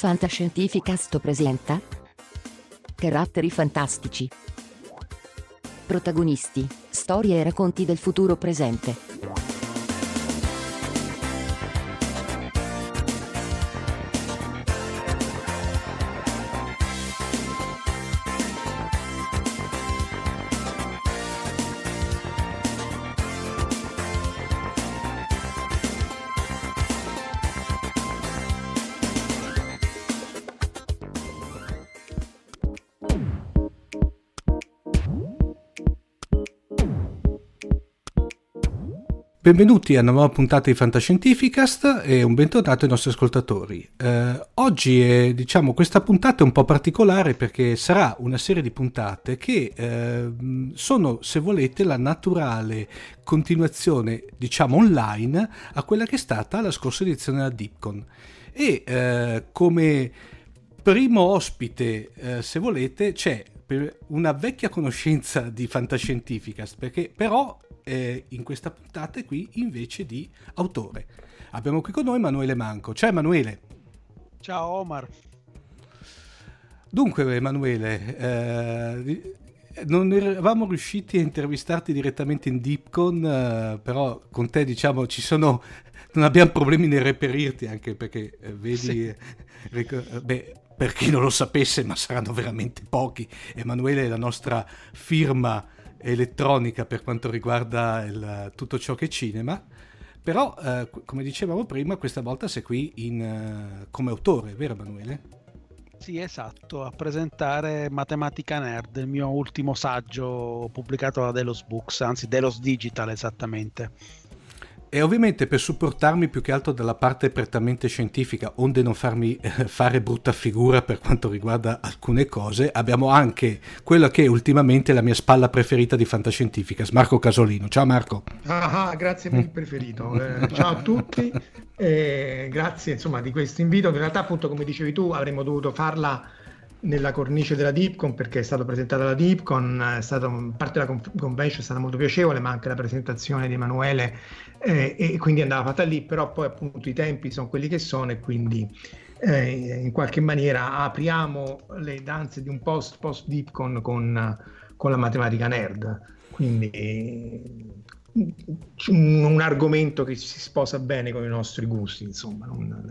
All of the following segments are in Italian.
Fantascientificast presenta Caratteri fantastici. Protagonisti, storie e racconti del futuro presente. Benvenuti a una nuova puntata di Fantascientificast e un bentornato ai nostri ascoltatori. Oggi questa puntata è un po' particolare perché sarà una serie di puntate che sono, se volete, la naturale continuazione, online, a quella che è stata la scorsa edizione della DeepCon. E come primo ospite, se volete, c'è una vecchia conoscenza di Fantascientificast, perché però in questa puntata qui invece di autore. Abbiamo qui con noi Emanuele Manco. Ciao Emanuele. Ciao Omar. Dunque Emanuele, non eravamo riusciti a intervistarti direttamente in DeepCon, però con te non abbiamo problemi nel reperirti, anche perché vedi, sì. Per chi non lo sapesse, ma saranno veramente pochi, Emanuele è la nostra firma elettronica per quanto riguarda tutto ciò che è cinema, però come dicevamo prima, questa volta sei qui come autore, vero Emanuele? Sì, esatto, a presentare Matematica Nerd, il mio ultimo saggio pubblicato da Delos Books, anzi Delos Digital esattamente. E ovviamente per supportarmi più che altro dalla parte prettamente scientifica, onde non farmi fare brutta figura per quanto riguarda alcune cose, abbiamo anche quella che è ultimamente la mia spalla preferita di Fantascientificast, Marco Casolino. Ciao Marco. Grazie per il preferito. Ciao a tutti, grazie di questo invito. In realtà, appunto, come dicevi tu, avremmo dovuto farla nella cornice della DeepCon, perché è stato presentata la DeepCon, è stata parte della convention, è stata molto piacevole, ma anche la presentazione di Emanuele, e quindi andava fatta lì, però poi appunto i tempi sono quelli che sono, e quindi in qualche maniera apriamo le danze di un post DeepCon con la Matematica Nerd, quindi un argomento che si sposa bene con i nostri gusti, insomma,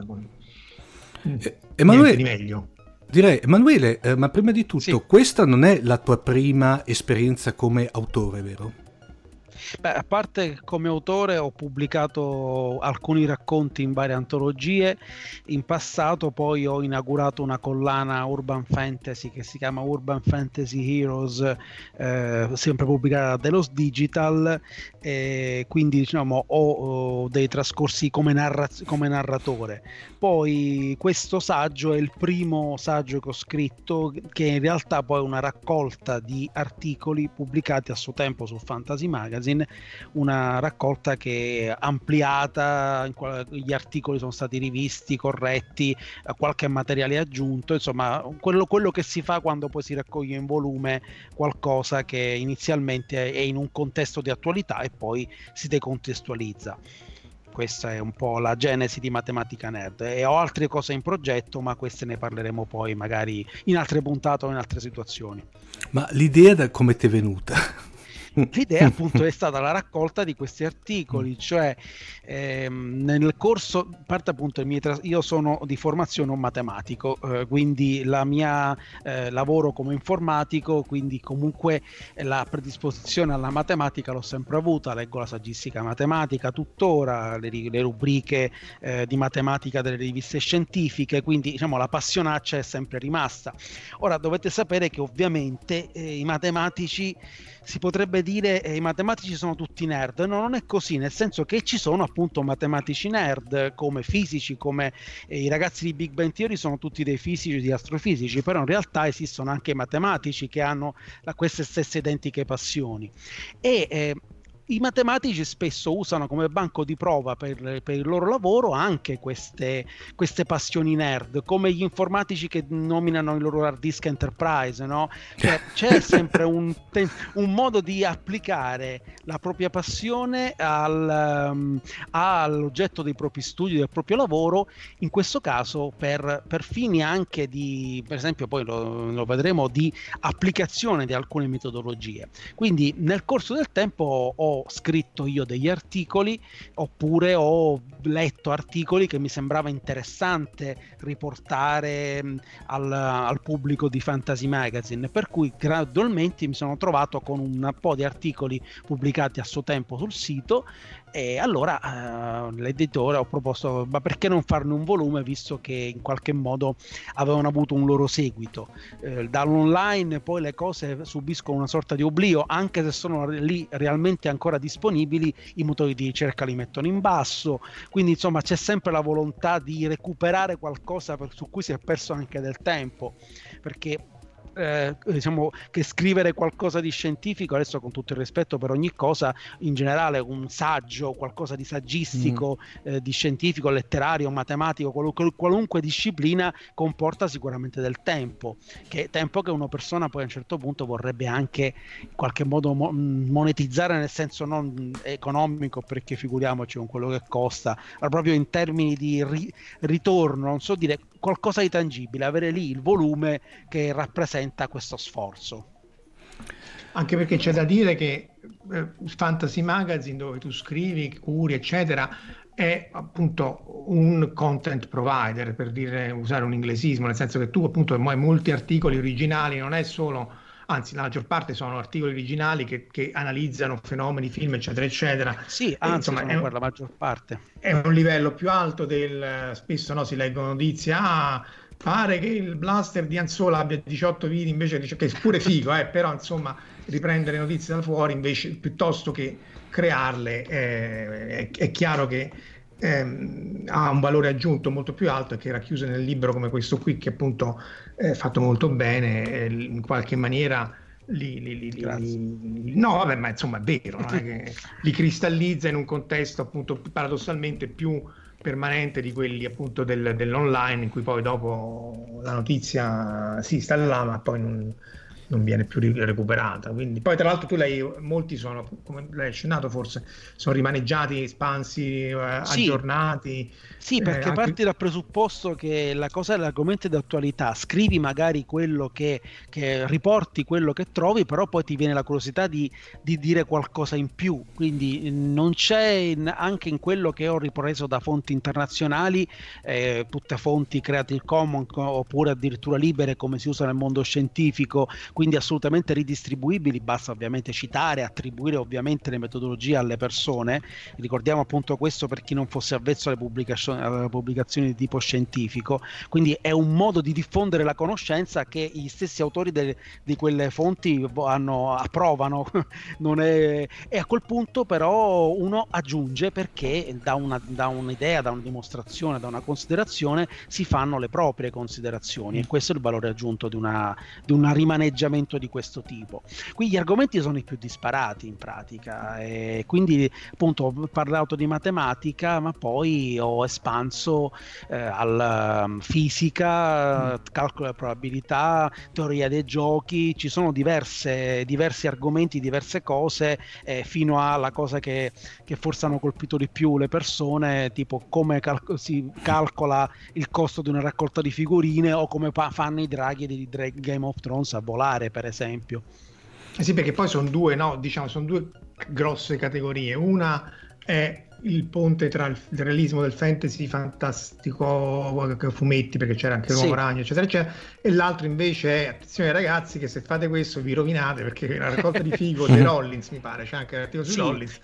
Emanuele, niente di meglio. Direi, Emanuele, ma prima di tutto, sì. Questa non è la tua prima esperienza come autore, vero? Beh, a parte come autore ho pubblicato alcuni racconti in varie antologie, in passato poi ho inaugurato una collana Urban Fantasy che si chiama Urban Fantasy Heroes, sempre pubblicata da Delos Digital, quindi ho dei trascorsi come narratore. Poi questo saggio è il primo saggio che ho scritto, che in realtà poi è una raccolta di articoli pubblicati a suo tempo su Fantasy Magazine, una raccolta che è ampliata, gli articoli sono stati rivisti, corretti, qualche materiale aggiunto, insomma quello che si fa quando poi si raccoglie in volume qualcosa che inizialmente è in un contesto di attualità e poi si decontestualizza. Questa è un po' la genesi di Matematica Nerd, e ho altre cose in progetto, ma queste ne parleremo poi magari in altre puntate o in altre situazioni. Ma l'idea come ti è venuta? L'idea appunto è stata la raccolta di questi articoli, cioè nel corso, parte appunto io sono di formazione un matematico, quindi la mia lavoro come informatico, quindi comunque la predisposizione alla matematica l'ho sempre avuta, leggo la saggistica matematica tuttora, le rubriche di matematica delle riviste scientifiche, quindi la passionaccia è sempre rimasta. Ora dovete sapere che ovviamente i matematici, si potrebbe dire, i matematici sono tutti nerd. No, non è così, nel senso che ci sono appunto matematici nerd come fisici, come i ragazzi di Big Bang Theory sono tutti dei fisici, di astrofisici, però in realtà esistono anche matematici che hanno queste stesse identiche passioni, e i matematici spesso usano come banco di prova per il loro lavoro anche queste passioni nerd, come gli informatici che nominano il loro hard disk enterprise, no? C'è sempre un modo di applicare la propria passione all'oggetto dei propri studi, del proprio lavoro, in questo caso per fini anche di, per esempio, poi lo vedremo, di applicazione di alcune metodologie. Quindi nel corso del tempo ho scritto io degli articoli, oppure ho letto articoli che mi sembrava interessante riportare al pubblico di Fantasy Magazine, per cui gradualmente mi sono trovato con un po' di articoli pubblicati a suo tempo sul sito, e allora l'editore ho proposto, ma perché non farne un volume, visto che in qualche modo avevano avuto un loro seguito. Dall'online poi le cose subiscono una sorta di oblio, anche se sono lì realmente ancora disponibili, i motori di ricerca li mettono in basso, quindi insomma c'è sempre la volontà di recuperare qualcosa su cui si è perso anche del tempo, perché diciamo che scrivere qualcosa di scientifico, adesso con tutto il rispetto per ogni cosa, in generale un saggio, qualcosa di saggistico, di scientifico, letterario, matematico, qualunque disciplina, comporta sicuramente del tempo che una persona poi a un certo punto vorrebbe anche in qualche modo monetizzare, nel senso non economico, perché figuriamoci con quello che costa, ma proprio in termini di ritorno, non so dire, qualcosa di tangibile, avere lì il volume che rappresenta questo sforzo. Anche perché c'è da dire che Fantasy Magazine, dove tu scrivi, curi, eccetera, è appunto un content provider, per usare un inglesismo, nel senso che tu appunto hai molti articoli originali, non è solo, anzi la maggior parte sono articoli originali che analizzano fenomeni, film, eccetera eccetera. Sì, anzi, insomma, per la maggior parte è un livello più alto spesso si leggono notizie, pare che il blaster di Anzola abbia 18 viti invece che è pure figo, però insomma riprendere notizie da fuori invece piuttosto che crearle è chiaro che ha un valore aggiunto molto più alto, e che racchiuso nel libro come questo qui, che appunto è fatto molto bene, in qualche maniera no vabbè, ma insomma è vero, non è che li cristallizza in un contesto appunto paradossalmente più permanente di quelli appunto dell'online, in cui poi dopo la notizia si sta là ma poi non viene più recuperata. Quindi poi tra l'altro molti sono, come l'hai accennato forse, sono rimaneggiati, espansi, aggiornati. Sì, perché parti dal presupposto che la cosa è l'argomento d'attualità, scrivi magari quello che riporti quello che trovi, però poi ti viene la curiosità di dire qualcosa in più, quindi non c'è anche in quello che ho ripreso da fonti internazionali, tutte fonti Creative Commons oppure addirittura libere come si usa nel mondo scientifico, quindi assolutamente ridistribuibili, basta ovviamente citare, attribuire ovviamente le metodologie alle persone. Ricordiamo appunto questo per chi non fosse avvezzo alle pubblicazioni di tipo scientifico, quindi è un modo di diffondere la conoscenza che gli stessi autori di quelle fonti approvano e a quel punto però uno aggiunge, perché da un'idea, da una dimostrazione, da una considerazione si fanno le proprie considerazioni, e questo è il valore aggiunto di un rimaneggiamento di questo tipo. Qui gli argomenti sono i più disparati in pratica, e quindi appunto ho parlato di matematica, ma poi ho espanso alla fisica, calcolo delle probabilità, teoria dei giochi, ci sono diversi argomenti, diverse cose, fino alla cosa che forse hanno colpito di più le persone, tipo come si calcola il costo di una raccolta di figurine, o come fanno i draghi di Game of Thrones a volare, per esempio. Sì, perché poi sono due grosse categorie. Una è il ponte tra il realismo del fantasy fantastico, fumetti, perché c'era anche l'uomo ragno, eccetera eccetera, e l'altro invece è, attenzione ragazzi, che se fate questo vi rovinate, perché la raccolta di figo dei Rollins, mi pare, c'è anche l'articolo sui Rollins,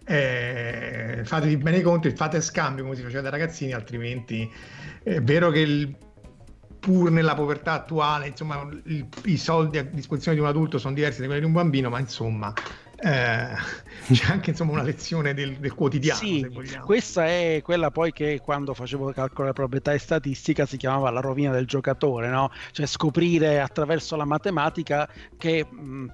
fatevi bene i conti, fate scambio come si faceva da ragazzini, altrimenti è vero che pur nella povertà attuale, insomma, i soldi a disposizione di un adulto sono diversi da quelli di un bambino, ma insomma c'è anche insomma una lezione del quotidiano, sì, se vogliamo. Questa è quella poi che quando facevo calcolo della probabilità e statistica si chiamava la rovina del giocatore, no? Cioè scoprire attraverso la matematica che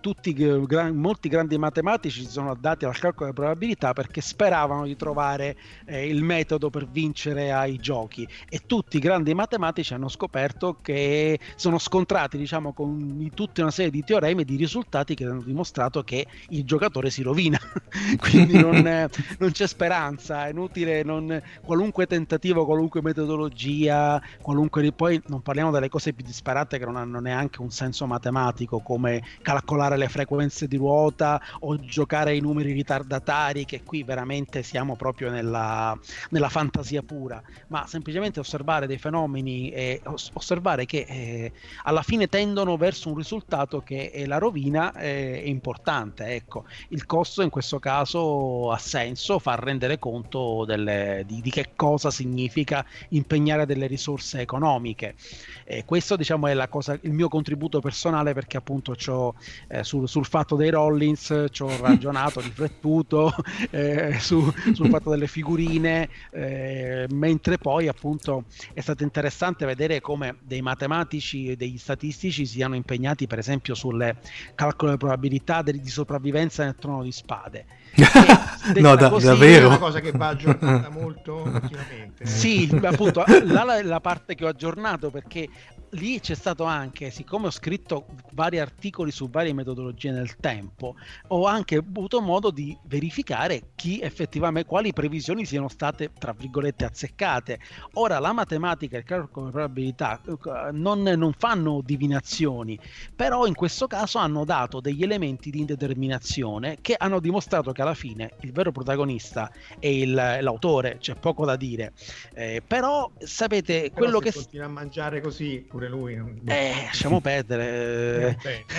molti grandi matematici si sono addati al calcolo delle probabilità perché speravano di trovare il metodo per vincere ai giochi, e tutti i grandi matematici hanno scoperto che sono scontrati, diciamo, con tutta una serie di teoremi e di risultati che hanno dimostrato che il giocatore si rovina. Quindi non c'è speranza, è inutile, qualunque tentativo, qualunque metodologia, poi non parliamo delle cose più disparate che non hanno neanche un senso matematico, come calcolare le frequenze di ruota o giocare ai numeri ritardatari, che qui veramente siamo proprio nella fantasia pura, ma semplicemente osservare dei fenomeni e osservare che alla fine tendono verso un risultato che è la rovina, è importante. Ecco, il costo in questo caso ha senso, fa rendere conto di che cosa significa impegnare delle risorse economiche. Questo, diciamo, è il mio contributo personale, perché appunto sul fatto dei Rollins ci ho ragionato, riflettuto sul fatto delle figurine, mentre poi appunto è stato interessante vedere come dei matematici e degli statistici siano impegnati per esempio sulle calcolo delle probabilità di sopravvivenza nel Trono di Spade. No, davvero? È una cosa che va aggiornata molto continuamente. Sì, appunto, la parte che ho aggiornato, perché lì c'è stato anche, siccome ho scritto vari articoli su varie metodologie nel tempo, ho anche avuto modo di verificare quali previsioni siano state, tra virgolette, azzeccate. Ora, la matematica e il calcolo di probabilità non fanno divinazioni, però in questo caso hanno dato degli elementi di indeterminazione che hanno dimostrato che alla fine il vero protagonista è l'autore, c'è poco da dire. Però sapete, però quello se che continua a mangiare così pure lui lasciamo perdere.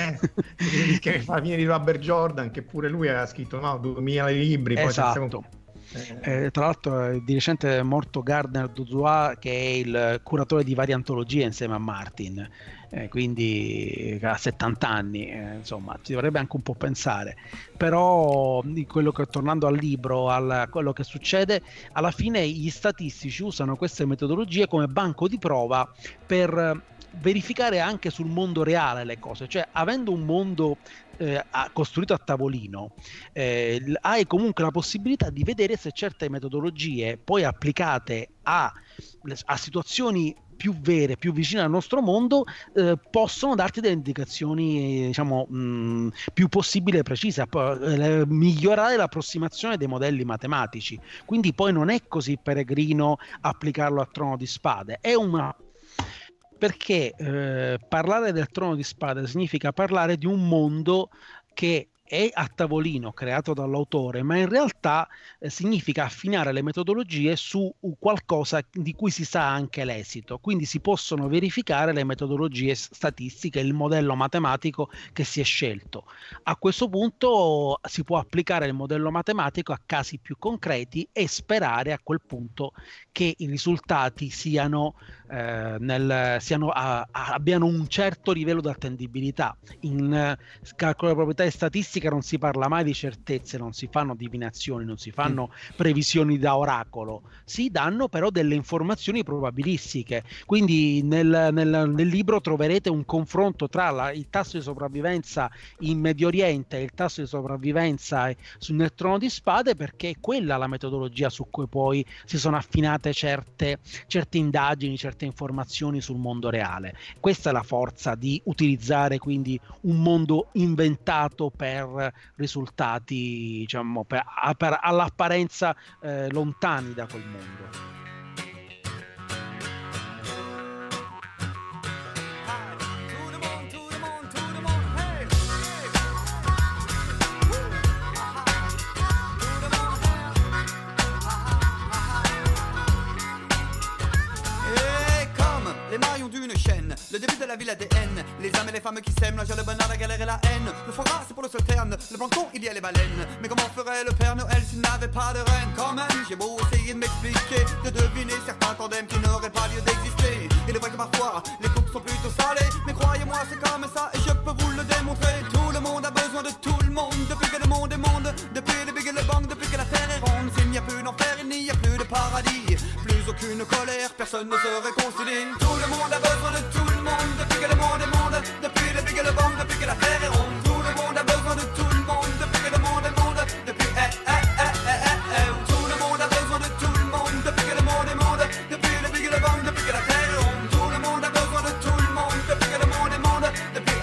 Che fa la fine di Robert Jordan, che pure lui aveva scritto 2000 libri, poi esatto. Tra l'altro di recente è morto Gardner Dozois, che è il curatore di varie antologie insieme a Martin, quindi ha 70 anni, insomma ci dovrebbe anche un po' pensare. Però tornando al libro, quello che succede alla fine, gli statistici usano queste metodologie come banco di prova per verificare anche sul mondo reale le cose, cioè avendo un mondo costruito a tavolino, hai comunque la possibilità di vedere se certe metodologie poi applicate a situazioni più vere, più vicine al nostro mondo, possono darti delle indicazioni, diciamo, più possibili e precise, migliorare l'approssimazione dei modelli matematici. Quindi poi non è così peregrino applicarlo a Trono di Spade, perché parlare del Trono di Spade significa parlare di un mondo che è a tavolino, creato dall'autore, ma in realtà significa affinare le metodologie su qualcosa di cui si sa anche l'esito. Quindi si possono verificare le metodologie statistiche, il modello matematico che si è scelto. A questo punto si può applicare il modello matematico a casi più concreti e sperare a quel punto che i risultati abbiano un certo livello di attendibilità. In calcolo delle probabilità e statistica non si parla mai di certezze, non si fanno divinazioni, non si fanno previsioni da oracolo, si danno però delle informazioni probabilistiche. Quindi nel libro troverete un confronto tra il tasso di sopravvivenza in Medio Oriente e il tasso di sopravvivenza nel Trono di Spade, perché è quella la metodologia su cui poi si sono affinate certe indagini, certe informazioni sul mondo reale. Questa è la forza di utilizzare quindi un mondo inventato per risultati, diciamo, all'apparenza lontani da quel mondo. Le début de la ville ADN, les âmes et les femmes qui s'aiment, la joie, le bonheur, la galère et la haine. Le foie gras c'est pour le seul terne, le plancton il y a les baleines. Mais comment ferait le Père Noël s'il n'avait pas de reine? Quand même, j'ai beau essayer de m'expliquer, de deviner certains tandèmes qui n'auraient pas lieu d'exister. Il est vrai que parfois, les coupes sont plutôt salées, mais croyez-moi c'est comme ça et je peux vous le démontrer. Tout le monde a besoin de tout le monde, depuis que le monde est monde. colère, personne ne se réconcilie. Tout le monde a besoin de tout le monde, depuis que le monde est monde, depuis le big et le bang, depuis que la terre est ronde. Tout le monde a besoin de tout le monde, depuis que le monde est monde, depuis tout le monde a besoin de tout le monde, depuis que le monde est monde, depuis le big et le bang, depuis que la terre est ronde. Tout le monde a besoin de tout le monde, depuis que le monde est monde, depuis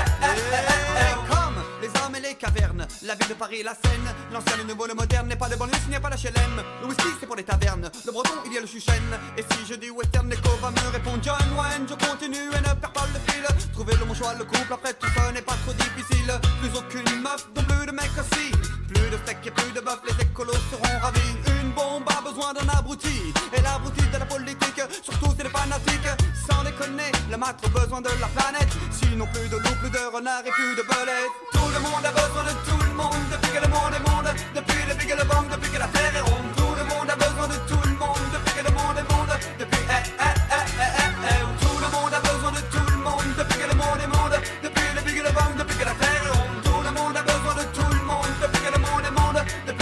comme les armes et les cavernes, la ville de Paris et la Seine, l'ancien, le nouveau, le moderne, n'est pas de banlieue, il n'y a pas d'HLM. Le whisky c'est pour les tavernes, le breton il y a le chuchen. Et si je dis western, l'écho va me répondre John Wayne. Je continue et ne perds pas le fil. Trouver le bon choix, le couple, après tout ça n'est pas trop difficile. Plus aucune meuf, donc plus de mecs aussi. Plus de steak et plus de bœuf, les écolos seront ravis. Une bombe a besoin d'un abruti, et l'abruti de la politique, surtout c'est les fanatiques. Sans déconner, le maître a besoin de la planète. Sinon plus de loups, plus de renards et plus de belettes. Tout le monde a besoin de tout le monde, depuis que le monde est monde, depuis le big et le bang, depuis que la terre est ronde. Tout le monde a besoin de tout le monde, depuis que le monde est monde, depuis tout le monde a besoin de tout le monde, depuis que le monde est monde, depuis le big et le bang, depuis que la terre est ronde. Tout le monde a besoin de tout le monde, depuis que le monde est monde, depuis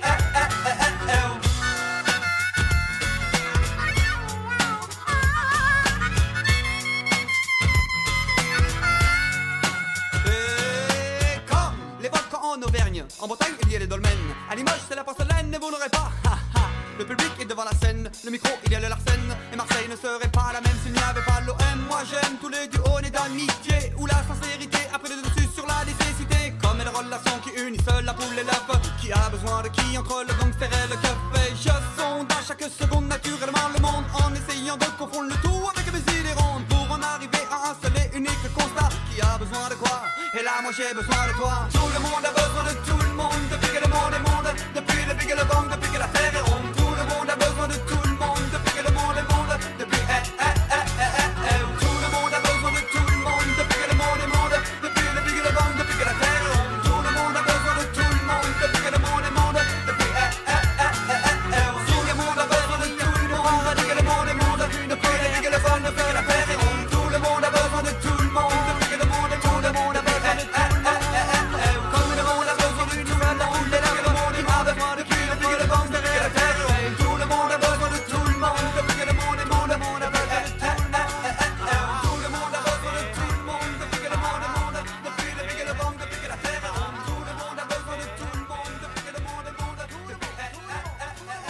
comme les volcans en Auvergne, en Bretagne il y a les dolmens, à Limoges c'est la porcelaine et vous n'aurez pas le public est devant la scène, le micro il y a le Larsen. Et Marseille ne serait pas la même s'il n'y avait pas l'OM. Moi j'aime tous les duos nés d'amitié, où la sincérité a pris le dessus sur la nécessité. Comme les relations qui unissent la poule et l'œuf, qui a besoin de qui entre le gangster et le keuf. Et je sonde à chaque seconde naturellement le monde, en essayant de confondre le tout avec mes idées rondes, pour en arriver à un seul et unique constat. Qui a besoin de quoi? Et là moi j'ai besoin de toi. Tout le monde a besoin de tout le monde, depuis que le monde est monde, depuis le big et le bang, depuis que la terre est ronde. Tout le monde a besoin de tout le monde, depuis que le monde est monde, depuis tout le monde a besoin de tout le monde, depuis que le monde est monde, depuis le big et le bang, depuis que la terre est ronde. Tout le monde a besoin de tout le monde, depuis que le monde est monde, depuis tout le monde a besoin de tout le monde, depuis que le monde est monde, depuis le big et le bang, depuis que la terre est ronde. Tout le monde a besoin de tout le monde, depuis que le monde est monde, tout le monde a besoin de tout le monde, comme le monde a besoin de tout le monde, depuis que le monde est monde, depuis le big et le bang, depuis que la terre est ronde. Tout le monde a besoin de tout le monde, depuis que le monde est monde, tout le monde a besoin de tout le monde, tout le monde a besoin de tout le monde, depuis que le monde est monde, depuis le big et le bang, depuis que la terre est ronde. Tout le monde a besoin de tout le monde, depuis que le monde est monde, tout le monde a besoin de tout le monde,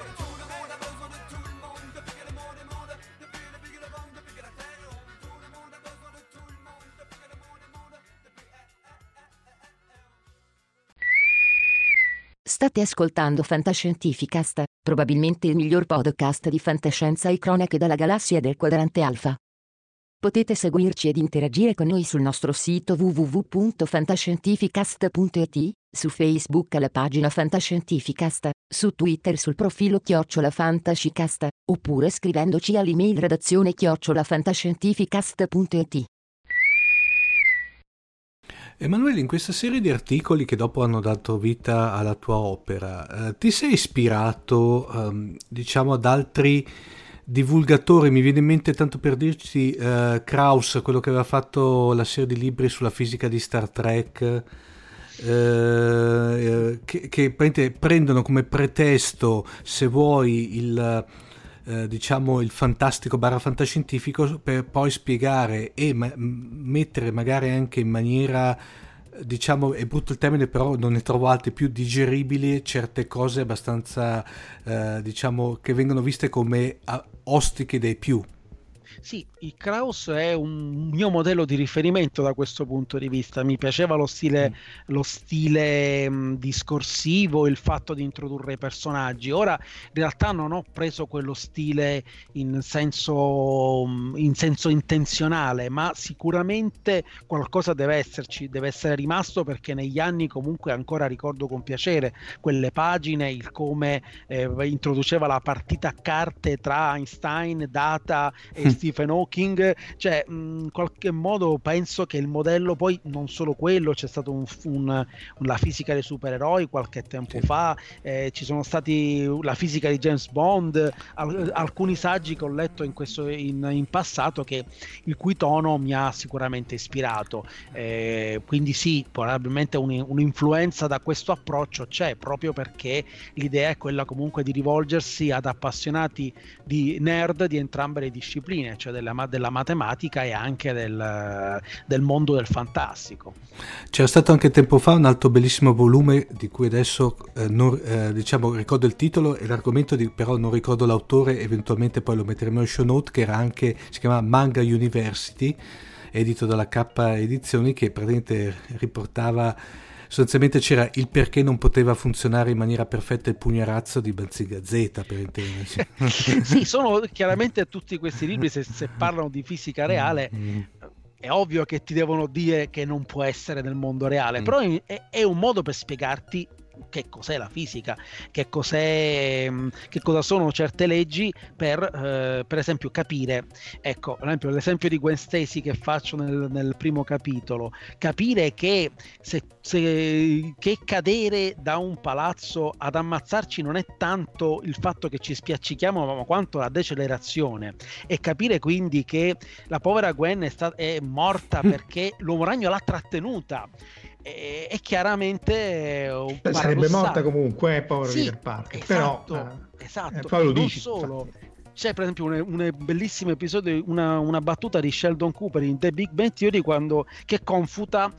depuis que le monde est monde, depuis le big et le bang, depuis que la terre est ronde. Tout le monde a besoin de tout le monde, depuis que le monde est monde, State ascoltando Fantascientificast, probabilmente il miglior podcast di fantascienza e cronache dalla galassia del quadrante alfa. Potete seguirci ed interagire con noi sul nostro sito www.fantascientificast.it, su Facebook alla pagina Fantascientificast, su Twitter sul profilo @fantascicast, oppure scrivendoci all'email redazione@fantascientificast.it. Emanuele, in questa serie di articoli che dopo hanno dato vita alla tua opera, ti sei ispirato, diciamo, ad altri divulgatori? Mi viene in mente, tanto per dirci, Krauss, quello che aveva fatto la serie di libri sulla fisica di Star Trek, che prendono come pretesto, se vuoi, diciamo il fantastico / fantascientifico, per poi spiegare e mettere magari anche in maniera, diciamo, è brutto il termine però non ne trovo altri più digeribili, certe cose abbastanza diciamo che vengono viste come ostiche dei più. Sì, il Krauss è un mio modello di riferimento da questo punto di vista. Mi piaceva lo stile discorsivo, il fatto di introdurre i personaggi. Ora in realtà non ho preso quello stile in senso intenzionale, ma sicuramente qualcosa deve esserci, deve essere rimasto, perché negli anni comunque ancora ricordo con piacere quelle pagine, il come introduceva la partita a carte tra Einstein, Data e Stephen Hawking, cioè in qualche modo penso che il modello, poi non solo quello, c'è stato la fisica dei supereroi qualche tempo fa, ci sono stati la fisica di James Bond, alcuni saggi che ho letto in passato il cui tono mi ha sicuramente ispirato, quindi sì, probabilmente un'influenza da questo approccio c'è, proprio perché l'idea è quella comunque di rivolgersi ad appassionati di nerd di entrambe le discipline, cioè della matematica e anche del mondo del fantastico. C'era stato anche tempo fa un altro bellissimo volume di cui adesso diciamo ricordo il titolo e l'argomento, però non ricordo l'autore, eventualmente poi lo metteremo in show note, che si chiama Manga University, edito dalla K Edizioni, che praticamente riportava, sostanzialmente c'era il perché non poteva funzionare in maniera perfetta il Pugnarazzo di Bazinga Z, per intenderci. Sì, sono chiaramente tutti questi libri, se parlano di fisica reale, è ovvio che ti devono dire che non può essere nel mondo reale, però è un modo per spiegarti che cos'è la fisica, che cosa sono certe leggi, per esempio capire, ecco, per esempio l'esempio di Gwen Stacy che faccio nel primo capitolo, capire che che cadere da un palazzo ad ammazzarci non è tanto il fatto che ci spiaccichiamo, ma quanto la decelerazione, e capire quindi che la povera Gwen è morta perché l'uomo ragno l'ha trattenuta. E chiaramente sarebbe morta comunque, povero Peter Parker, esatto, però esatto, non solo. C'è per esempio un bellissimo episodio, una battuta di Sheldon Cooper in The Big Bang Theory che confuta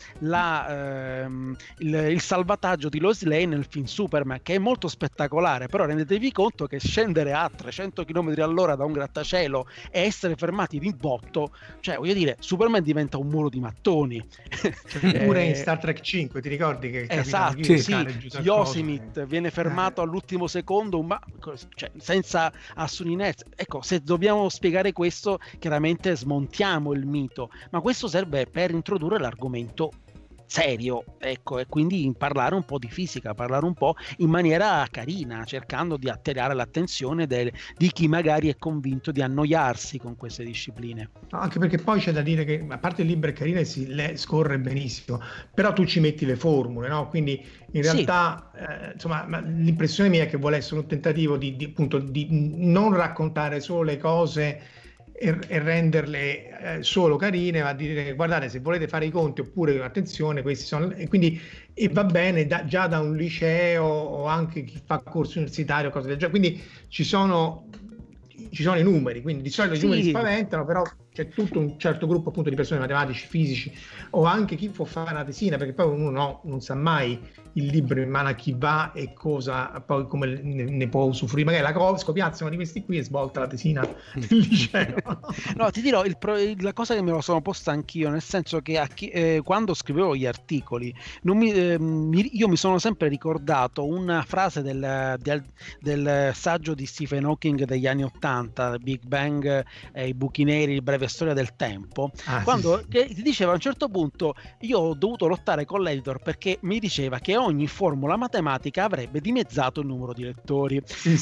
il salvataggio di Lois Lane nel film Superman, che è molto spettacolare, però rendetevi conto che scendere a 300 km all'ora da un grattacielo e essere fermati di botto, cioè voglio dire, Superman diventa un muro di mattoni. Pure in Star Trek 5 ti ricordi che esatto, Yosemite viene fermato all'ultimo secondo, cioè, senza assumere inerzia. Ecco, se dobbiamo spiegare questo, chiaramente smontiamo il mito, ma questo serve per introdurre l'argomento serio, ecco, e quindi parlare un po' di fisica, parlare un po' in maniera carina, cercando di attirare l'attenzione di chi magari è convinto di annoiarsi con queste discipline. Anche perché poi c'è da dire che, a parte il libro è carino e scorre benissimo, però tu ci metti le formule, no? Quindi in realtà insomma, l'impressione mia è che vuole essere un tentativo appunto di non raccontare solo le cose e renderle solo carine, ma di dire guardate, se volete fare i conti, oppure attenzione, questi sono, e quindi va bene già da un liceo o anche chi fa corso universitario, cose del genere, quindi ci sono i numeri, quindi di solito i numeri spaventano, però c'è tutto un certo gruppo appunto di persone, matematici, fisici, o anche chi può fare una tesina, perché poi uno non sa mai il libro in mano a chi va e cosa poi come ne può usufruire, magari la scopiazzano di questi qui e svolta la tesina del liceo. No, ti dirò, la cosa che me lo sono posta anch'io, nel senso che quando scrivevo gli articoli io mi sono sempre ricordato una frase del saggio di Stephen Hawking degli anni '80, Big Bang, i buchi neri, il breve storia del tempo, che ti diceva a un certo punto: io ho dovuto lottare con l'editor perché mi diceva che ogni formula matematica avrebbe dimezzato il numero di lettori.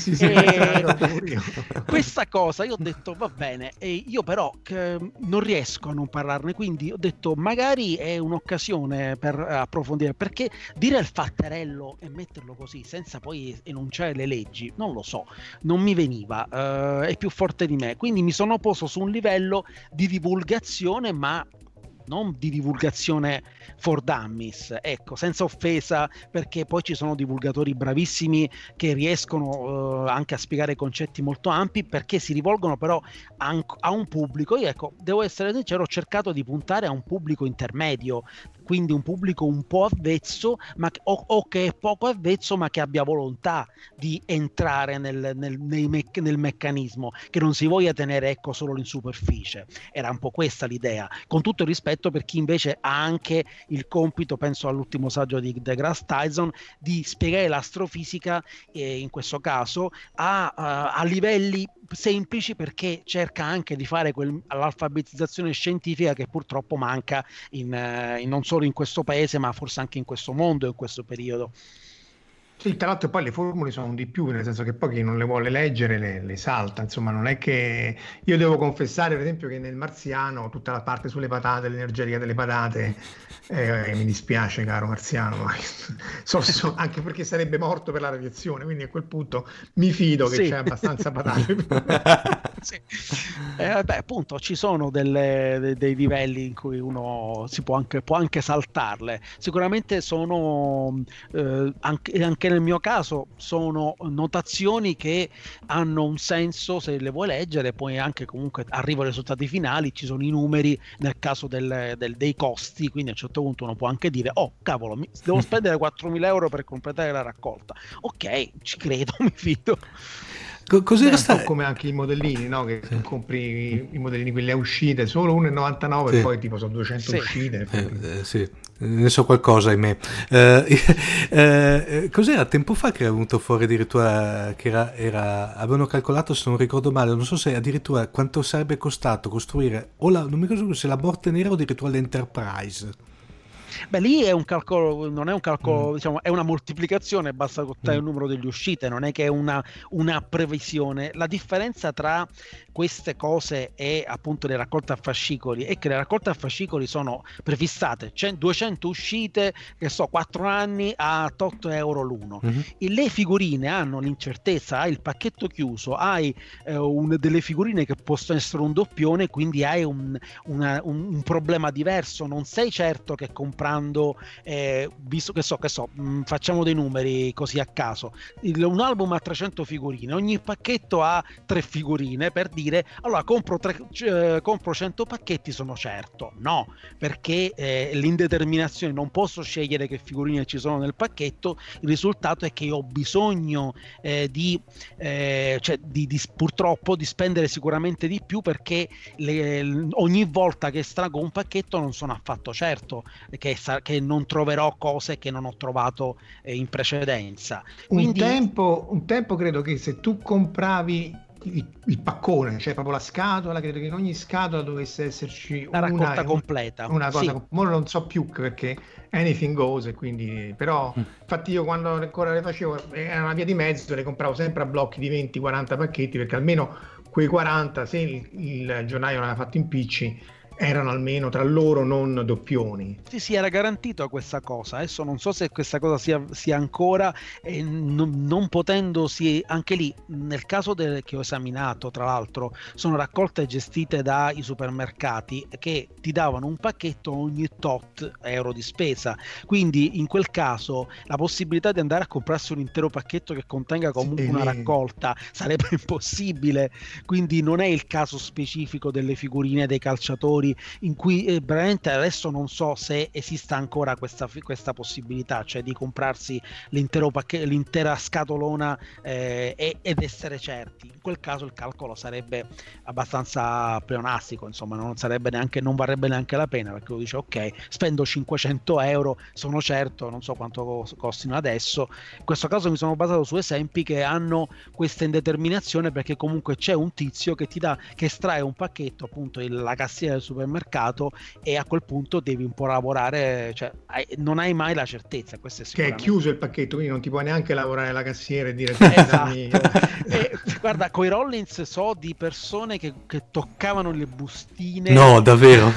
Questa cosa io ho detto va bene, e io però non riesco a non parlarne, quindi ho detto magari è un'occasione per approfondire, perché dire il fatterello e metterlo così senza poi enunciare le leggi, non lo so, non mi veniva, è più forte di me, quindi mi sono posto su un livello di divulgazione, ma non di divulgazione for dummies, ecco, senza offesa, perché poi ci sono divulgatori bravissimi che riescono anche a spiegare concetti molto ampi, perché si rivolgono però a un pubblico. Io, ecco, devo essere sincero, ho cercato di puntare a un pubblico intermedio, quindi un pubblico un po' avvezzo, o che è poco avvezzo, ma che abbia volontà di entrare nel meccanismo, che non si voglia tenere, ecco, solo in superficie. Era un po' questa l'idea, con tutto il rispetto per chi invece ha anche il compito, penso all'ultimo saggio di deGrasse Tyson, di spiegare l'astrofisica, in questo caso a livelli semplici, perché cerca anche di fare l'alfabetizzazione scientifica che purtroppo manca non solo in questo paese, ma forse anche in questo mondo, in questo periodo. Sì, tra l'altro poi le formule sono di più, nel senso che poi chi non le vuole leggere le salta, insomma non è che... Io devo confessare per esempio che nel Marziano tutta la parte sulle patate, l'energetica delle patate, mi dispiace caro Marziano, ma anche perché sarebbe morto per la radiazione, quindi a quel punto mi fido che c'è abbastanza patate. Sì. Beh, appunto ci sono dei livelli in cui uno può anche saltarle. Sicuramente sono anche nel mio caso sono notazioni che hanno un senso se le vuoi leggere, poi anche comunque arrivano ai risultati finali, ci sono i numeri nel caso dei costi, quindi a un certo punto uno può anche dire oh cavolo, devo spendere 4.000 euro per completare la raccolta, ok, ci credo, mi fido. Cos'era un po' come anche i modellini, no? Che tu compri i modellini quelli a uscite solo 1,99 e poi tipo sono 200 uscite. Sì, ne so qualcosa, ahimè. Cos'era tempo fa che era venuto fuori addirittura che avevano calcolato, se non ricordo male, non so se addirittura quanto sarebbe costato costruire non mi ricordo se la Morte Nera o addirittura l'Enterprise. Beh, lì è un calcolo, non è un calcolo, diciamo, è una moltiplicazione, basta contare il numero delle uscite, non è che è una previsione. La differenza tra queste cose e appunto le raccolte a fascicoli è che le raccolte a fascicoli sono prefissate, 200 uscite, che so, 4 anni a 8 euro l'uno. Le figurine hanno l'incertezza, hai il pacchetto chiuso, hai delle figurine che possono essere un doppione, quindi hai un problema diverso, non sei certo che comprando visto che facciamo dei numeri così a caso, un album ha 300 figurine, ogni pacchetto ha 3 figurine, per dire allora compro 100 pacchetti, sono certo, no, perché l'indeterminazione, non posso scegliere che figurine ci sono nel pacchetto, il risultato è che ho bisogno purtroppo di spendere sicuramente di più, perché ogni volta che estraggo un pacchetto non sono affatto certo che non troverò cose che non ho trovato in precedenza. Quindi... Un tempo credo che se tu compravi il paccone, cioè proprio la scatola, credo che in ogni scatola dovesse esserci una raccolta completa, una cosa, sì. Ora non so più perché anything goes, e quindi però infatti io quando ancora le facevo era una via di mezzo, le compravo sempre a blocchi di 20-40 pacchetti, perché almeno quei 40, se il giornale non aveva fatto impicci, erano almeno tra loro non doppioni. Sì, era garantito questa cosa. Adesso non so se questa cosa sia ancora, non potendosi anche lì, nel caso che ho esaminato, tra l'altro, sono raccolte gestite dai supermercati che ti davano un pacchetto ogni tot euro di spesa. Quindi in quel caso la possibilità di andare a comprarsi un intero pacchetto che contenga comunque una raccolta sarebbe impossibile. Quindi non è il caso specifico delle figurine dei calciatori, in cui veramente adesso non so se esista ancora questa possibilità, cioè di comprarsi l'intera scatolona ed essere certi. In quel caso il calcolo sarebbe abbastanza pleonastico, insomma non varrebbe neanche la pena, perché uno dice ok, spendo 500 euro, sono certo, non so quanto costino adesso. In questo caso mi sono basato su esempi che hanno questa indeterminazione, perché comunque c'è un tizio che estrae un pacchetto, appunto la cassiera del supermercato, e a quel punto devi un po' lavorare, cioè non hai mai la certezza, questo è che è chiuso il pacchetto, quindi non ti puoi neanche lavorare la cassiera e dire guarda, coi Rollins so di persone che toccavano le bustine, no davvero,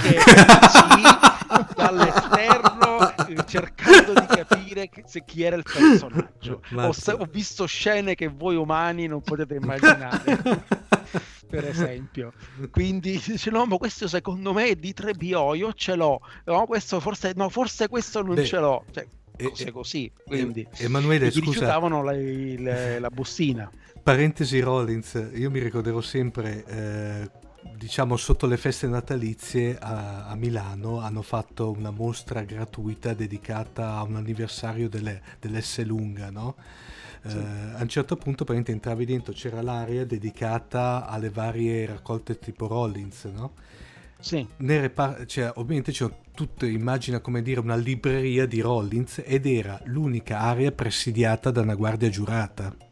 dall'esterno, cercando di capire chi era il personaggio. Ho visto scene che voi umani non potete immaginare. Per esempio, quindi dice no, ma questo secondo me è di 3BO, io ce l'ho, no, questo forse questo non ce l'ho, cioè cose così, quindi Emanuele, scusa, rifiutavano la bustina. Parentesi Rollins, io mi ricorderò sempre diciamo sotto le feste natalizie a Milano hanno fatto una mostra gratuita dedicata a un anniversario dell'Esselunga, no? Sì. A un certo punto entravi dentro, c'era l'area dedicata alle varie raccolte tipo Rollins, no? Sì. Ovviamente c'era tutto, immagina come dire una libreria di Rollins, ed era l'unica area presidiata da una guardia giurata.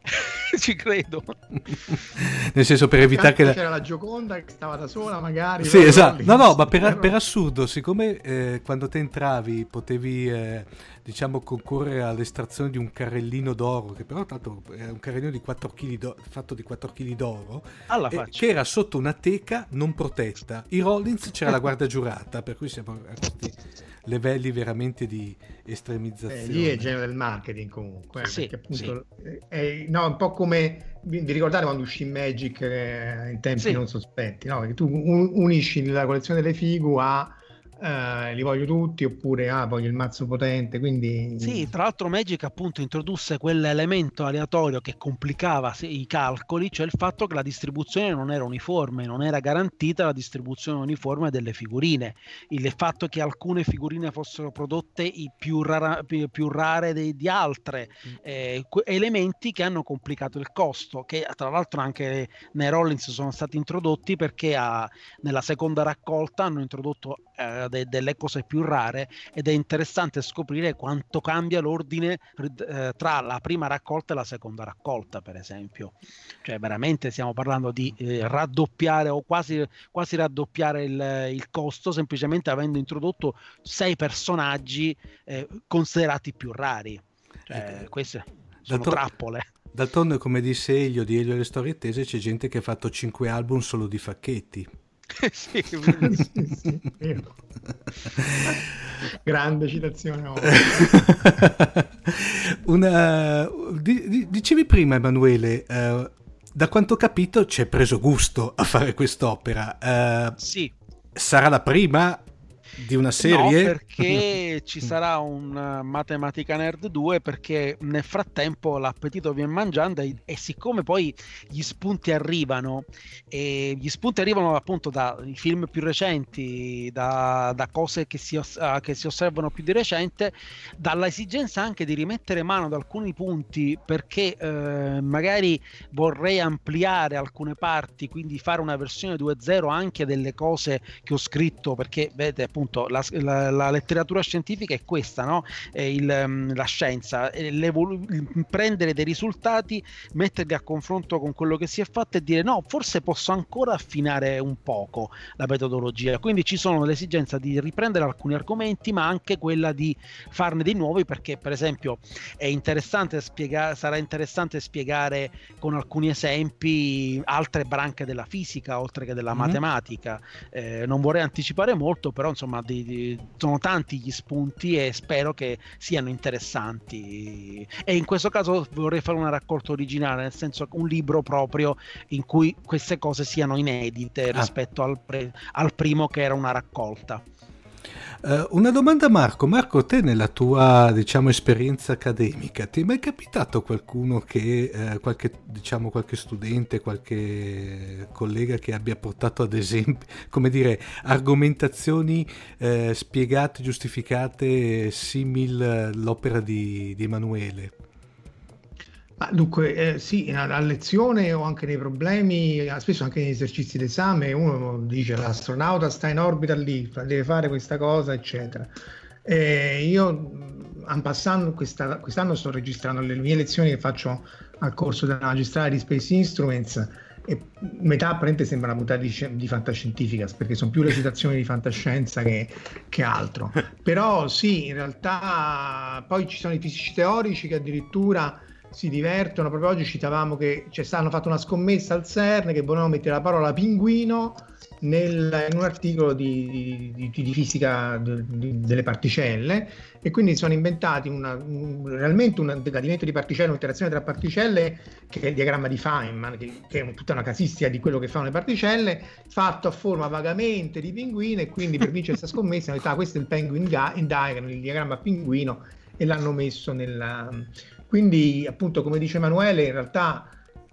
Ci credo. Nel senso, per evitare che c'era la Gioconda che stava da sola magari. Sì, esatto. No, ma per assurdo, siccome quando te entravi potevi diciamo concorrere all'estrazione di un carrellino d'oro, che però tanto è un carrellino di 4 kg fatto di 4 kg d'oro, che era sotto una teca non protetta. I Rollins c'era la guardia giurata, per cui siamo a questi livelli veramente di estremizzazione. Lì è il genere del marketing comunque, sì, perché appunto è un po' come vi ricordate quando uscì Magic in tempi non sospetti, no? Perché tu unisci la collezione delle figu a li voglio tutti, oppure voglio il mazzo potente, quindi sì, tra l'altro Magic appunto introdusse quell'elemento aleatorio che complicava i calcoli, cioè il fatto che la distribuzione non era uniforme, non era garantita la distribuzione uniforme delle figurine, il fatto che alcune figurine fossero prodotte più rare di altre, elementi che hanno complicato il costo, che tra l'altro anche nei Rollins sono stati introdotti perché nella seconda raccolta hanno introdotto delle cose più rare, ed è interessante scoprire quanto cambia l'ordine tra la prima raccolta e la seconda raccolta, per esempio. Cioè veramente stiamo parlando di raddoppiare o quasi raddoppiare il costo, semplicemente avendo introdotto 6 personaggi considerati più rari. Cioè, queste sono trappole. D'altronde, come disse Elio di Elio e le storie tese, c'è gente che ha fatto 5 album solo di Facchetti. sì, vero. Grande citazione. Dicevi prima, Emanuele, da quanto ho capito ci hai preso gusto a fare quest'opera. Sì. Sarà la prima di una serie? No, perché ci sarà un Matematica Nerd 2, perché nel frattempo l'appetito viene mangiando e siccome poi gli spunti arrivano appunto dai film più recenti, da cose che si osservano più di recente, dall'esigenza anche di rimettere mano ad alcuni punti, perché magari vorrei ampliare alcune parti, quindi fare una versione 2.0 anche delle cose che ho scritto, perché vedete appunto la letteratura scientifica è questa, no? La scienza, prendere dei risultati, metterli a confronto con quello che si è fatto e dire no, forse posso ancora affinare un poco la metodologia, quindi ci sono l'esigenza di riprendere alcuni argomenti, ma anche quella di farne di nuovi, perché per esempio sarà interessante spiegare con alcuni esempi altre branche della fisica oltre che della matematica. Non vorrei anticipare molto, però insomma sono tanti gli spunti e spero che siano interessanti, e in questo caso vorrei fare una raccolta originale, nel senso un libro proprio in cui queste cose siano inedite rispetto al primo che era una raccolta. Una domanda, Marco, te nella tua esperienza accademica ti è mai capitato qualcuno che qualche studente, qualche collega che abbia portato ad esempio, come dire, argomentazioni spiegate, giustificate simil l'opera di Emanuele? Dunque, sì, a lezione o anche nei problemi, spesso anche negli esercizi d'esame, uno dice l'astronauta sta in orbita lì, deve fare questa cosa, eccetera. Io, en passant, quest'anno sto registrando le mie lezioni che faccio al corso della magistrale di Space Instruments, e metà apparentemente sembra una puntata di fantascientifica, perché sono più le citazioni di fantascienza che altro. Però sì, in realtà poi ci sono i fisici teorici che addirittura si divertono. Proprio oggi citavamo che hanno fatto una scommessa al CERN che volevano mettere la parola pinguino in un articolo di fisica delle particelle, e quindi sono inventati realmente un decadimento di particelle, un'interazione tra particelle, che è il diagramma di Feynman, che è tutta una casistica di quello che fanno le particelle, fatto a forma vagamente di pinguino, e quindi per vincere questa scommessa hanno detto questo è il penguin diagram, il diagramma pinguino, e l'hanno messo quindi appunto, come dice Emanuele, in realtà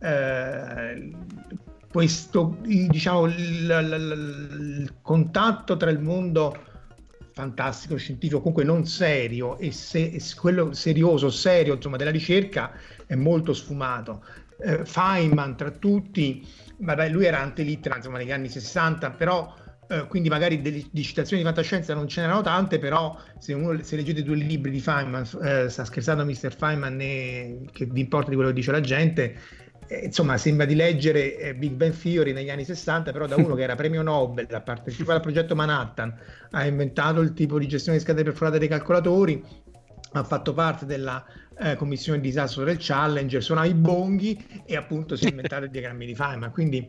questo, diciamo, il contatto tra il mondo fantastico, scientifico, comunque non serio, e quello serioso, serio, insomma, della ricerca è molto sfumato. Feynman, tra tutti, vabbè, lui era ante-litteram, insomma, negli anni 60, però quindi magari di citazioni di fantascienza non ce n'erano tante, però se leggete 2 libri di Feynman, sta scherzando Mr. Feynman, che vi importa di quello che dice la gente, insomma, sembra di leggere Big Bang Theory negli anni 60, però da uno che era premio Nobel, ha partecipato al progetto Manhattan, ha inventato il tipo di gestione di schede perforate dei calcolatori, ha fatto parte della commissione di disastro del Challenger, suonava i bonghi e appunto si è inventato i diagrammi di Feynman. Quindi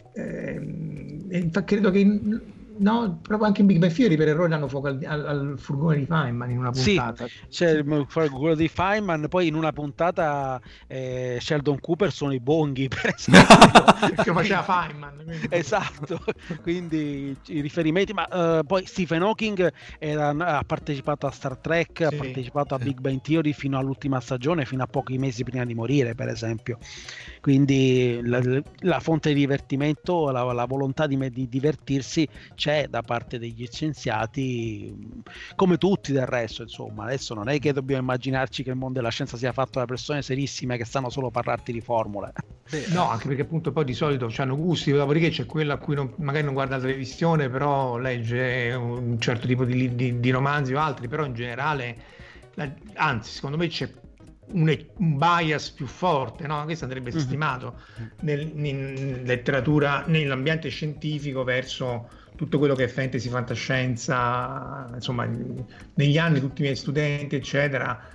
credo che proprio anche in Big Bang Theory per errore danno fuoco al furgone di Feynman in una puntata. Sì, c'è il furgone di Feynman, poi in una puntata Sheldon Cooper sono i bonghi, per esempio. Perché faceva Feynman. Quindi. Esatto, quindi i riferimenti, ma poi Stephen Hawking ha partecipato a Star Trek, ha partecipato a Big Bang Theory fino all'ultima stagione, fino a pochi mesi prima di morire, per esempio. Quindi la fonte di divertimento, la volontà di divertirsi c'è da parte degli scienziati, come tutti del resto, insomma. Adesso non è che dobbiamo immaginarci che il mondo della scienza sia fatto da persone serissime che stanno solo a parlarti di formule. No, anche perché appunto poi di solito hanno gusti, dopodiché c'è quella a cui magari non guarda la televisione, però legge un certo tipo di romanzi o altri, però in generale, anzi secondo me c'è un bias più forte, no? Questo andrebbe stimato in letteratura, nell'ambiente scientifico, verso tutto quello che è fantasy, fantascienza. Insomma, negli anni tutti i miei studenti eccetera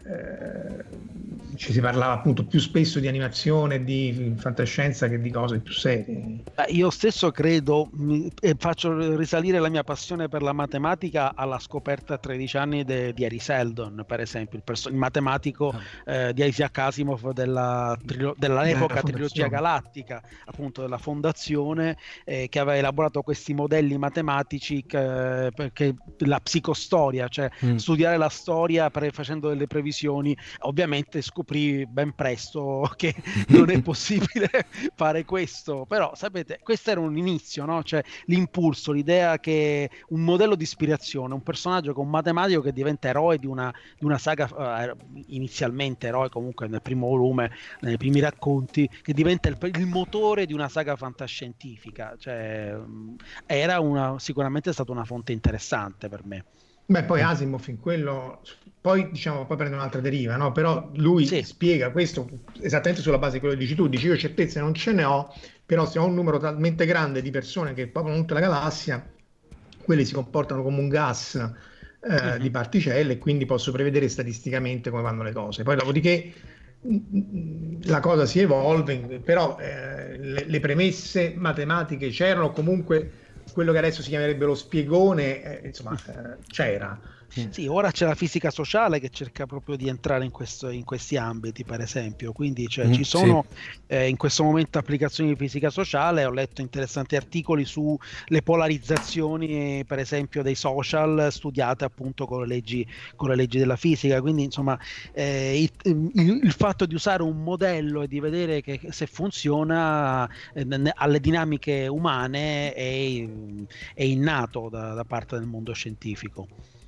ci si parlava appunto più spesso di animazione, di fantascienza che di cose più serie. Io stesso credo, faccio risalire la mia passione per la matematica alla scoperta a 13 anni di Harry Seldon, per esempio, il matematico di Isaac Asimov dell'epoca trilogia galattica, appunto della fondazione, che aveva elaborato questi modelli matematici perché la psicostoria, cioè studiare la storia facendo delle previsioni. Ovviamente scoprì ben presto che non è possibile fare questo, però sapete, questo era un inizio, no? Cioè l'impulso, l'idea che un modello di ispirazione, un personaggio con un matematico che diventa eroe di una saga, inizialmente eroe comunque nel primo volume, nei primi racconti, che diventa il motore di una saga fantascientifica, cioè sicuramente è stata una fonte interessante per me. Beh, poi Asimov in quello, poi prende un'altra deriva, no? Però lui spiega questo esattamente sulla base di quello che dici tu, io certezze non ce ne ho, però se ho un numero talmente grande di persone che popolano tutta la galassia, quelli si comportano come un gas di particelle, e quindi posso prevedere statisticamente come vanno le cose. Poi dopodiché la cosa si evolve, però le premesse matematiche c'erano, comunque quello che adesso si chiamerebbe lo spiegone, insomma, c'era. Sì, ora c'è la fisica sociale che cerca proprio di entrare in questi ambiti, per esempio, quindi ci sono in questo momento applicazioni di fisica sociale. Ho letto interessanti articoli sulle polarizzazioni, per esempio, dei social, studiate appunto con le leggi della fisica. Quindi insomma il fatto di usare un modello e di vedere che se funziona alle dinamiche umane è innato da parte del mondo scientifico.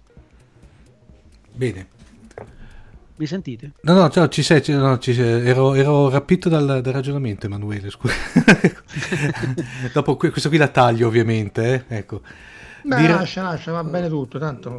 Bene. Mi sentite? No, ci sei. Ero rapito dal ragionamento, Emanuele, scusa. Dopo questo qui la taglio, ovviamente, ecco. Beh, lascia, va bene tutto, tanto.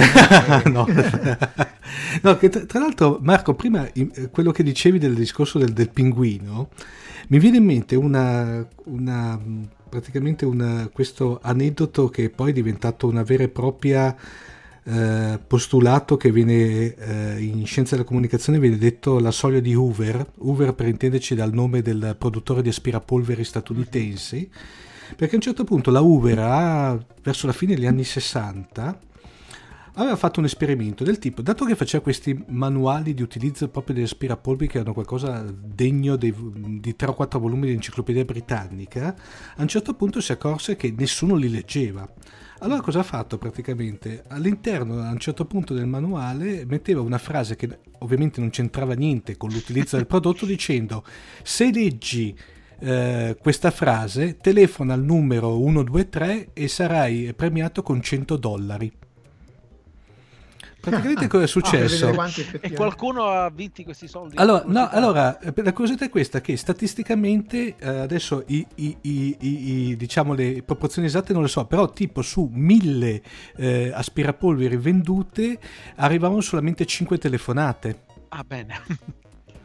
No, che tra l'altro, Marco, prima quello che dicevi del discorso del pinguino, mi viene in mente praticamente questo aneddoto che poi è diventato una vera e propria postulato, che viene in scienza della comunicazione viene detto la soglia di Hoover, per intenderci dal nome del produttore di aspirapolveri statunitensi, perché a un certo punto la Hoover verso la fine degli anni 60 aveva fatto un esperimento del tipo, dato che faceva questi manuali di utilizzo proprio degli aspirapolveri che erano qualcosa degno di 3 o 4 volumi di Enciclopedia Britannica, a un certo punto si accorse che nessuno li leggeva. Allora cosa ha fatto praticamente? All'interno, a un certo punto del manuale, metteva una frase che ovviamente non c'entrava niente con l'utilizzo del prodotto, dicendo: se leggi questa frase, telefona al numero 123 e sarai premiato con $100. Praticamente cosa è successo? E qualcuno ha vinto questi soldi? Allora, la curiosità è questa, che statisticamente adesso diciamo le proporzioni esatte non le so, però tipo su 1000 aspirapolveri vendute arrivavano solamente 5 telefonate. Ah, bene.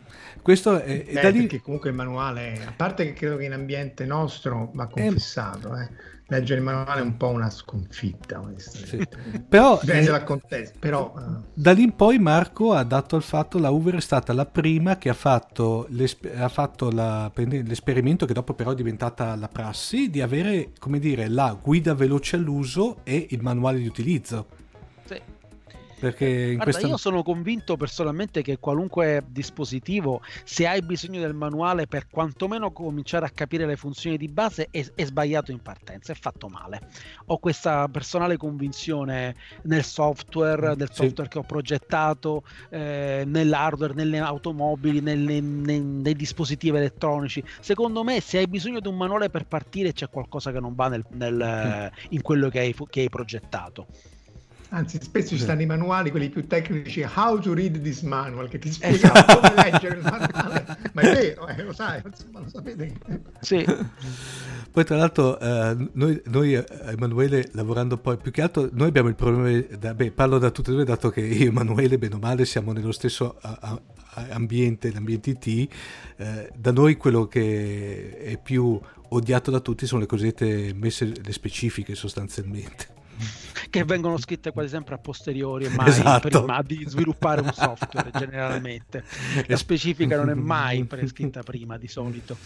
Questo è da lì... Perché comunque il manuale, a parte che credo che in ambiente nostro, va confessato, leggere il manuale è un po' una sconfitta, onestamente. Sì. Però, dipende dal contesto. Però, da lì in poi Marco ha dato al fatto, la Hoover è stata la prima che ha fatto l'esperimento, che dopo però è diventata la prassi, di avere, come dire, la guida veloce all'uso e il manuale di utilizzo. Sì. Perché io sono convinto personalmente che qualunque dispositivo, se hai bisogno del manuale per quantomeno cominciare a capire le funzioni di base, è sbagliato in partenza, è fatto male. Ho questa personale convinzione nel software, che ho progettato, nell'hardware, nelle automobili, nei dispositivi elettronici. Secondo me, se hai bisogno di un manuale per partire, c'è qualcosa che non va in quello che hai progettato. Anzi, spesso ci stanno i manuali, quelli più tecnici, how to read this manual, che ti spiegano come leggere il manuale. Ma è vero, lo sai, insomma, lo sapete. Sì. Poi tra l'altro noi Emanuele, lavorando poi più che altro, noi abbiamo il problema, parlo da tutti e due, dato che io e Emanuele bene o male siamo nello stesso ambiente, l'ambiente IT. Da noi quello che è più odiato da tutti sono le cosiddette le specifiche, sostanzialmente, che vengono scritte quasi sempre a posteriori e mai prima di sviluppare un software. Generalmente la specifica non è mai prescritta prima, di solito.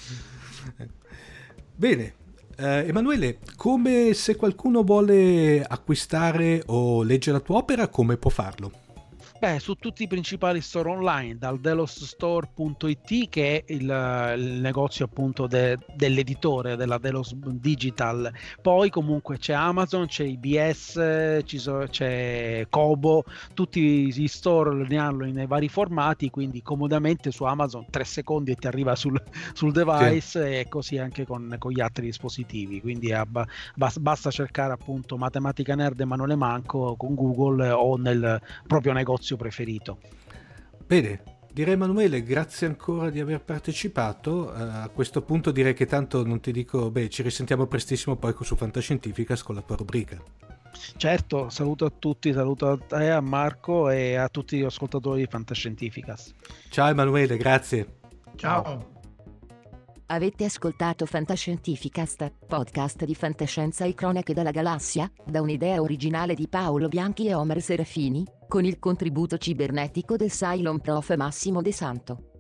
Bene, Emanuele, come, se qualcuno vuole acquistare o leggere la tua opera, come può farlo? Su tutti i principali store online, dal delosstore.it, che è il negozio appunto dell'editore, della Delos Digital. Poi comunque c'è Amazon, c'è IBS, c'è Kobo, tutti gli store ne hanno nei vari formati, quindi comodamente su Amazon 3 secondi e ti arriva sul device, e così anche con gli altri dispositivi. Quindi basta cercare appunto Matematica Nerd Emanuele Manco con Google o nel proprio negozio preferito. Bene, direi Emanuele, grazie ancora di aver partecipato. A questo punto direi che tanto non ti dico, ci risentiamo prestissimo poi su Fantascientificast con la tua rubrica. Certo, saluto a tutti, saluto a te, a Marco e a tutti gli ascoltatori di Fantascientificast. Ciao Emanuele, grazie. Ciao. Avete ascoltato Fantascientificast, podcast di fantascienza e cronache dalla galassia, da un'idea originale di Paolo Bianchi e Omer Serafini, con il contributo cibernetico del Cylon Prof Massimo De Santo.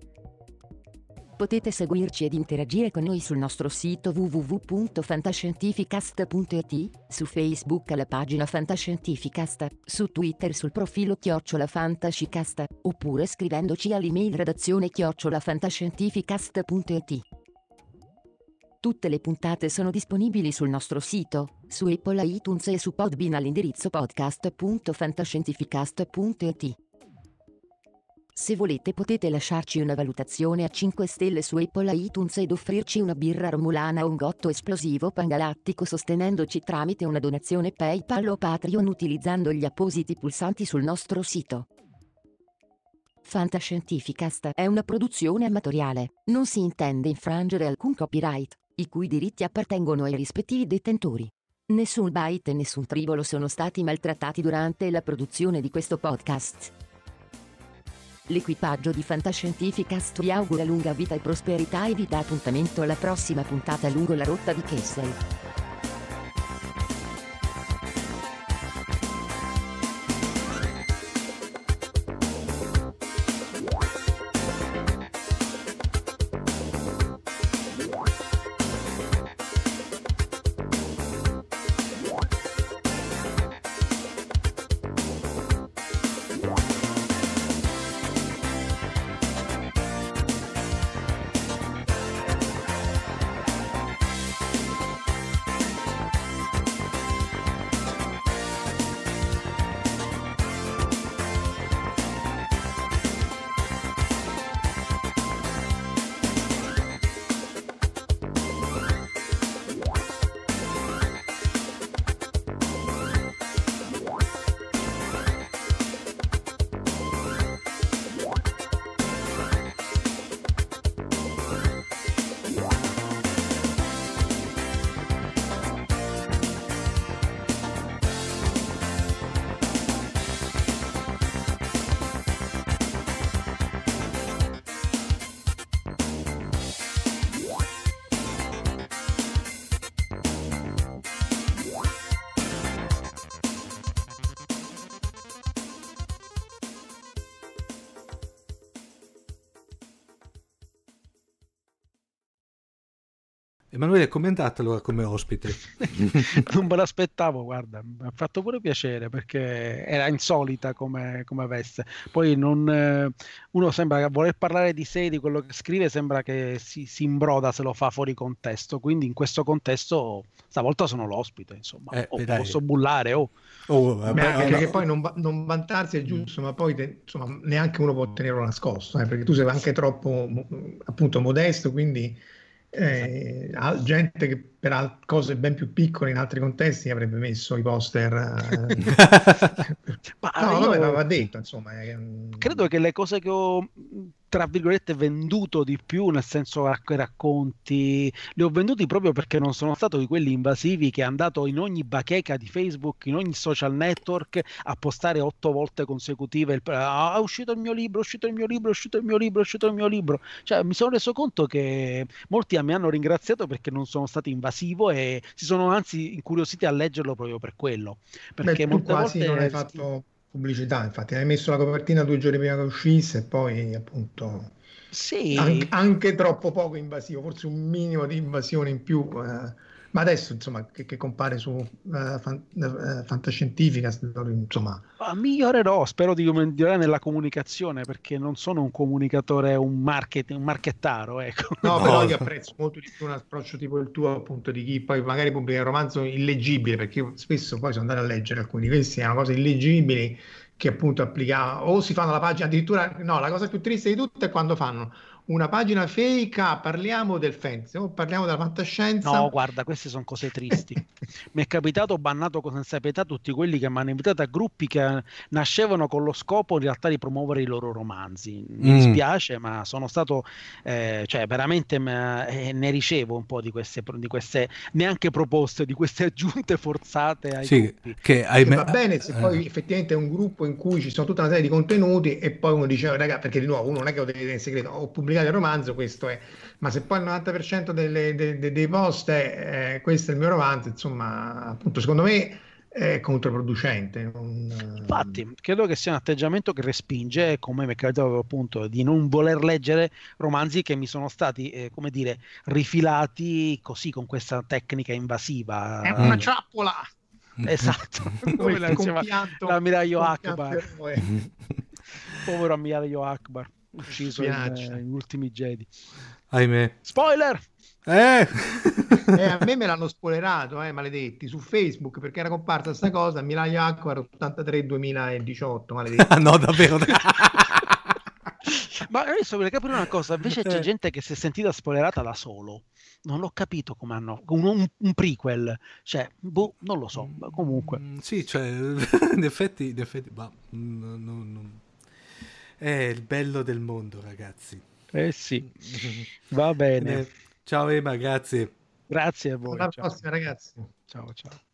Potete seguirci ed interagire con noi sul nostro sito www.fantascientificast.it, su Facebook alla pagina Fantascientificast, su Twitter sul profilo @fantascicast, oppure scrivendoci all'email redazione @fantascientificast.it. Tutte le puntate sono disponibili sul nostro sito, su Apple iTunes e su Podbean all'indirizzo podcast.fantascientificast.it. Se volete potete lasciarci una valutazione a 5 stelle su Apple iTunes ed offrirci una birra romulana o un gotto esplosivo pangalattico sostenendoci tramite una donazione PayPal o Patreon utilizzando gli appositi pulsanti sul nostro sito. Fantascientificast è una produzione amatoriale, non si intende infrangere alcun copyright, i cui diritti appartengono ai rispettivi detentori. Nessun byte e nessun tribolo sono stati maltrattati durante la produzione di questo podcast. L'equipaggio di Fantascientificast vi augura lunga vita e prosperità e vi dà appuntamento alla prossima puntata lungo la rotta di Kessel. Emanuele, com'è andata allora come ospite? Non me l'aspettavo, guarda, mi ha fatto pure piacere perché era insolita come veste. Poi uno sembra che voler parlare di sé, di quello che scrive, sembra che si imbroda se lo fa fuori contesto. Quindi in questo contesto, stavolta sono l'ospite, insomma. Posso bullare, anche che poi non vantarsi è giusto, ma poi insomma, neanche uno può tenerlo nascosto, perché tu sei anche troppo appunto modesto, quindi gente che per cose ben più piccole in altri contesti avrebbe messo i poster ma va detto, insomma, credo che le cose che ho tra virgolette venduto di più, nel senso i racconti, li ho venduti proprio perché non sono stato di quelli invasivi che è andato in ogni bacheca di Facebook, in ogni social network a postare 8 volte consecutive è uscito il mio libro, è uscito il mio libro, è uscito il mio libro, è uscito il mio libro. Cioè mi sono reso conto che molti mi hanno ringraziato perché non sono stato invasivo e si sono anzi incuriositi a leggerlo proprio per quello. Perché tu quasi non hai fatto pubblicità, infatti hai messo la copertina 2 giorni prima che uscisse e poi appunto anche troppo poco invasivo, forse un minimo di invasione in più, ma adesso insomma che compare su Fantascientifica, insomma migliorerò, spero di migliorare nella comunicazione perché non sono un comunicatore, un marchettaro, ecco. No, però io apprezzo molto di più un approccio tipo il tuo, appunto, di chi poi magari pubblica un romanzo illeggibile, perché io spesso poi sono andato a leggere alcuni di questi, erano cose illeggibili che appunto applicavano, o si fanno la pagina, addirittura, no, la cosa più triste di tutto è quando fanno una pagina fake, parliamo del fantasy, o parliamo della fantascienza. No, guarda, queste sono cose tristi. Mi è capitato bannato con senza pietà tutti quelli che mi hanno invitato a gruppi che nascevano con lo scopo in realtà di promuovere i loro romanzi. Mi dispiace, ma sono stato, cioè veramente ne ricevo un po' di queste neanche proposte, di queste aggiunte forzate ai gruppi. Che va bene se poi effettivamente è un gruppo in cui ci sono tutta una serie di contenuti e poi uno dice, raga, perché di nuovo uno non è che lo deve tenere in segreto, ho pubblicato il romanzo, questo è, ma se poi il 90% dei post è questo è il mio romanzo, insomma, appunto secondo me è controproducente. Infatti credo che sia un atteggiamento che respinge, come mi è capitato appunto di non voler leggere romanzi che mi sono stati come dire rifilati così con questa tecnica invasiva. È una trappola. Esatto, come la diceva l'ammiraglio Akbar. Povero ammiraglio Akbar, ucciso in Ultimi Jedi. Ahimè. Spoiler! A me l'hanno spoilerato, maledetti, su Facebook, perché era comparsa sta cosa, ammiraglio Akbar 83-2018, maledetti. No, davvero. Ma adesso vorrei capire una cosa, invece c'è gente che si è sentita spoilerata da solo. Non l'ho capito come hanno un prequel, cioè non lo so, comunque. Sì, cioè in effetti ma, è il bello del mondo, ragazzi. Sì, va bene. Ciao Ema, grazie. Grazie a voi. Alla prossima, ragazzi. Ciao.